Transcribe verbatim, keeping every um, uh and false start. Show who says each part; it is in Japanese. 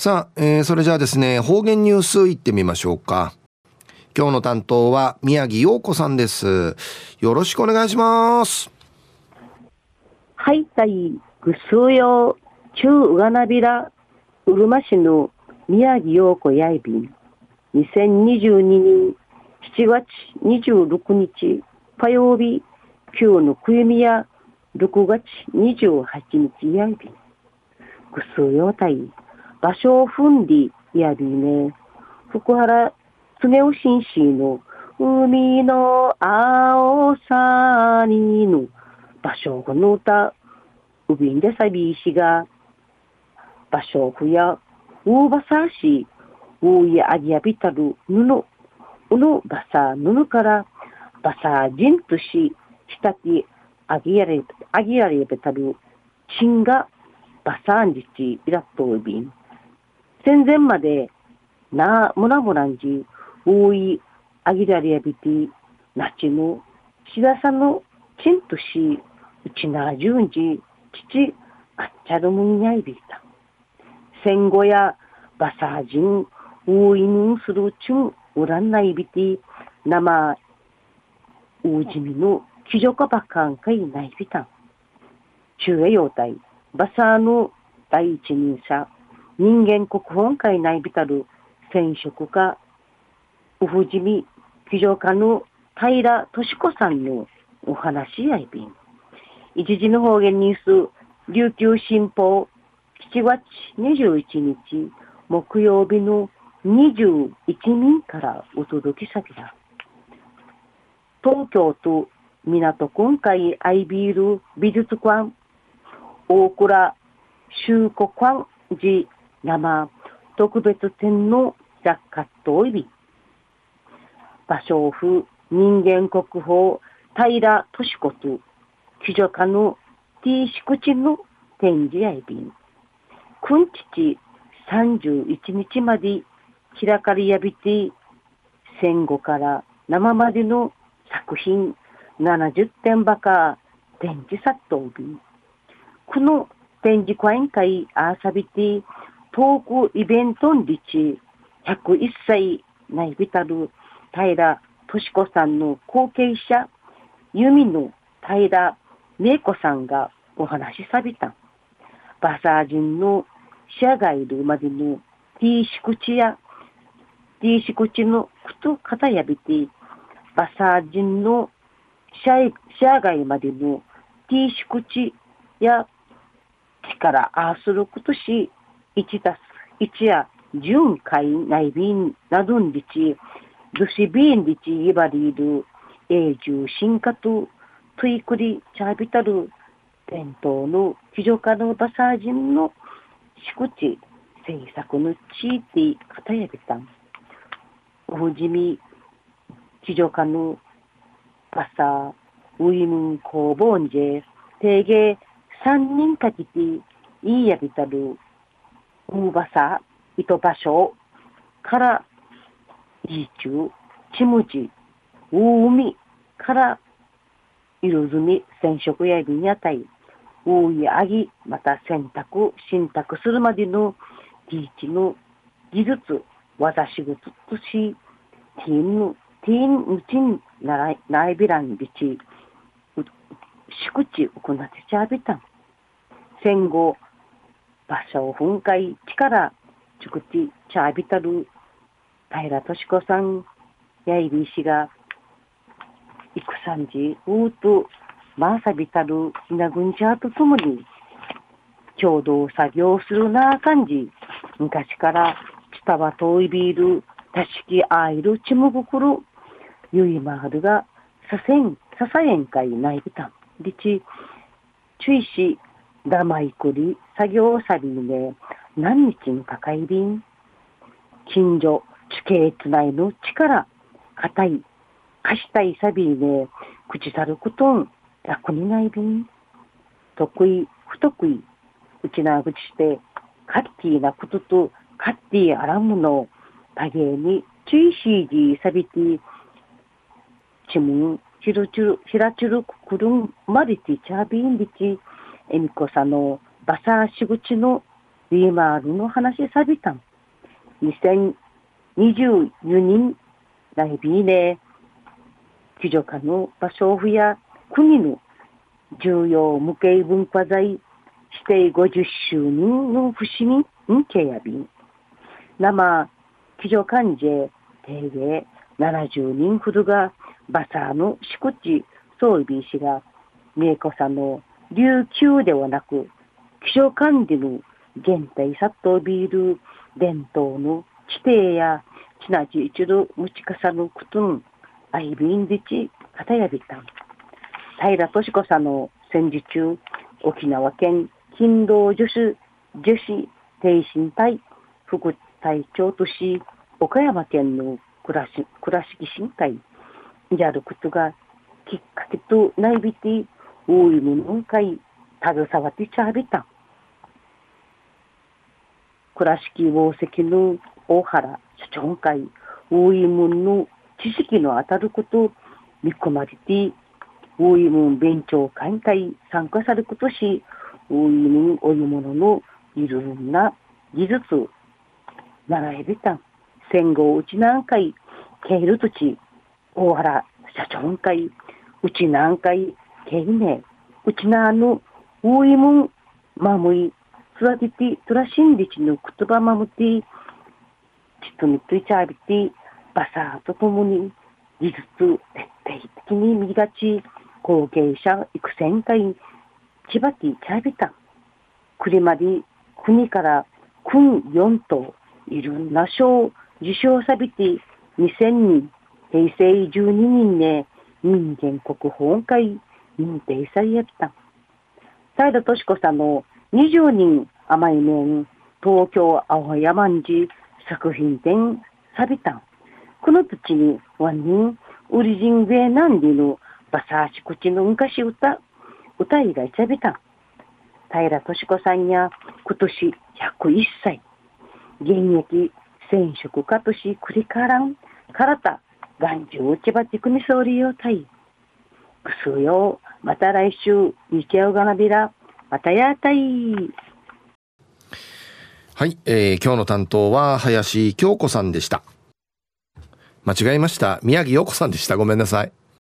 Speaker 1: さあ、えー、それじゃあですね、方言ニュースいってみましょうか。今日の担当は宮城陽子さんです。よろしくお願いします。
Speaker 2: はい、たい、ぐすうよう、ちゅううがなびら、うるま市の宮城陽子やいびん、にせんにじゅうにねんしちがつにじゅうろくにち、火曜日、今日のくゆみやろくがつにじゅうはちにちやいびん、ぐすうようたい、場所を踏んでやびね、福原つねうしんしの海の青さにの場所をの歌、うびんでさびいしが、場所をふや、うばさし、ういあぎやびたるぬの、うのばさぬのから、ばさじんとし、したきあぎやれ、あぎやれべたる、ちんがばさんじちいらっとうびん。戦前まで、な、むなむらんじ、ういあぎやれやびて、なちの、しださの、ちんとし、うちなじゅんじ、父、あっちゃるむんやいびた。戦後やバサージン、ウイヌンするちゅん、うらんないびて、生、うじみの、きじょかばかんかいないびたん。中英用体、バサーの第一人者、人間国本会ないびたる、染色家、うふじみ、きじょかの平敏子さんのお話やいびん。一時の方言ニュース、琉球新報、しちがつにじゅういちにち木曜日のにじゅういちみんからお届けさびら。東京都港区海アイビール美術館、大倉修古館寺生特別展の雑貨といび、芭蕉布人間国宝平敏子と貴女家の T 敷地の展示やいびん。くんちちさんじゅういちにちまで開かれやびて、戦後から生までの作品ななじゅってんばか展示さっとびん。この展示会員会あさびて、トークイベントんりちひゃくいっさいないびたる平敏子さんの後継者、弓の平芽子さんがお話しさびた。バサー人の社外いるまでの T 敷地や T 敷地のこと方やびて、バサー人の社外までの T 敷地や力あすることし、いちたすいちやじゅんかい内便などんりち、どしびんりちいばりいる永住進化とトイクリチャービタル伝統の貴女家のバサー人の敷地制作の地域方やびたん。おふじみ貴女家のバサーウイムン工房んじえ、定芸三人かきていいやびたるウバサー糸場所からいちゅうちむじう海から色ずみ染色やびにあたい、ういあぎまた洗濯新濯するまでのティーチの技術技仕事とし、ティーンのティーンうちんならないびらんびち宿地行ってちゃびたん。戦後場所を噴火力ちくちちゃびたる平敏子さんやいびしがいくさんじうーとまさびたるひなぐんちゃとともに共同作業するなあ感じ、昔から伝わといびるたしきあいるちむぐくるゆいまはるがさせんささえんかいないびたんりちちゅいしだまいくり作業さびね何日にかかいびん、近所地形つないの力固い貸したいさびね口さることん楽にないびん、得意不得意うちなぐちしてカッティーなこととカッティーあらむの多芸に注意しじさびてちむんひろちゅるひらちゅるくるんまりてちゃびんりちえみこさのバサーしぐちのリーマールの話さびたん。にせんにじゅうよにんライビーで、貴女家の場所や国の重要無形文化財指定ごじゅっしゅうねんの節目にけやびん。生、貴女患者、定芸ななじゅうにんほどがバサーの敷地総理ビー氏が、三重子さんの琉球ではなく、気象管理の現代殺到ビール伝統の地底やちなじ一度持ち重のことのアイビンディチ片やびたん。平敏子さんの戦時中、沖縄県勤労女子女子挺身隊副隊長とし、岡山県の倉敷倉敷新会であることがきっかけとないびて、大いもの会携わってちゃびたん。倉敷宝石の大原社長会、大いもんの知識の当たること見込まれて、大いもん勉強会会参加されることし、大いもんおいもののいろんな技術習えびたん。戦後うちなんかいケール土地大原社長会うちなんかいケールねうちなの大いもんまむい育ててトラシンリチの言葉まむてちとみといちゃびてバサーとともに技術徹底的に磨ち後継者育成会千葉ティチャビタクリマリ国から君よんといろんな賞受賞さびてにせんにんへいせいじゅうににんね人間国宝会認定されやった。平敏子さんのにじゅうにん甘い面東京青山寺作品展さびたん。この土地にワン人オリジンベーナンディのバサーシ口の昔歌歌いがいちゃびたん。平敏子さんや今年ひゃくいっさい現役染色家としくりからんからた眼中千葉テクミソーリーをたいくすうよまた来週日曜がなびらまたやたい。
Speaker 1: はい、えー、今日の担当は林京子さんでした。間違えました。宮城陽子さんでした。ごめんなさい。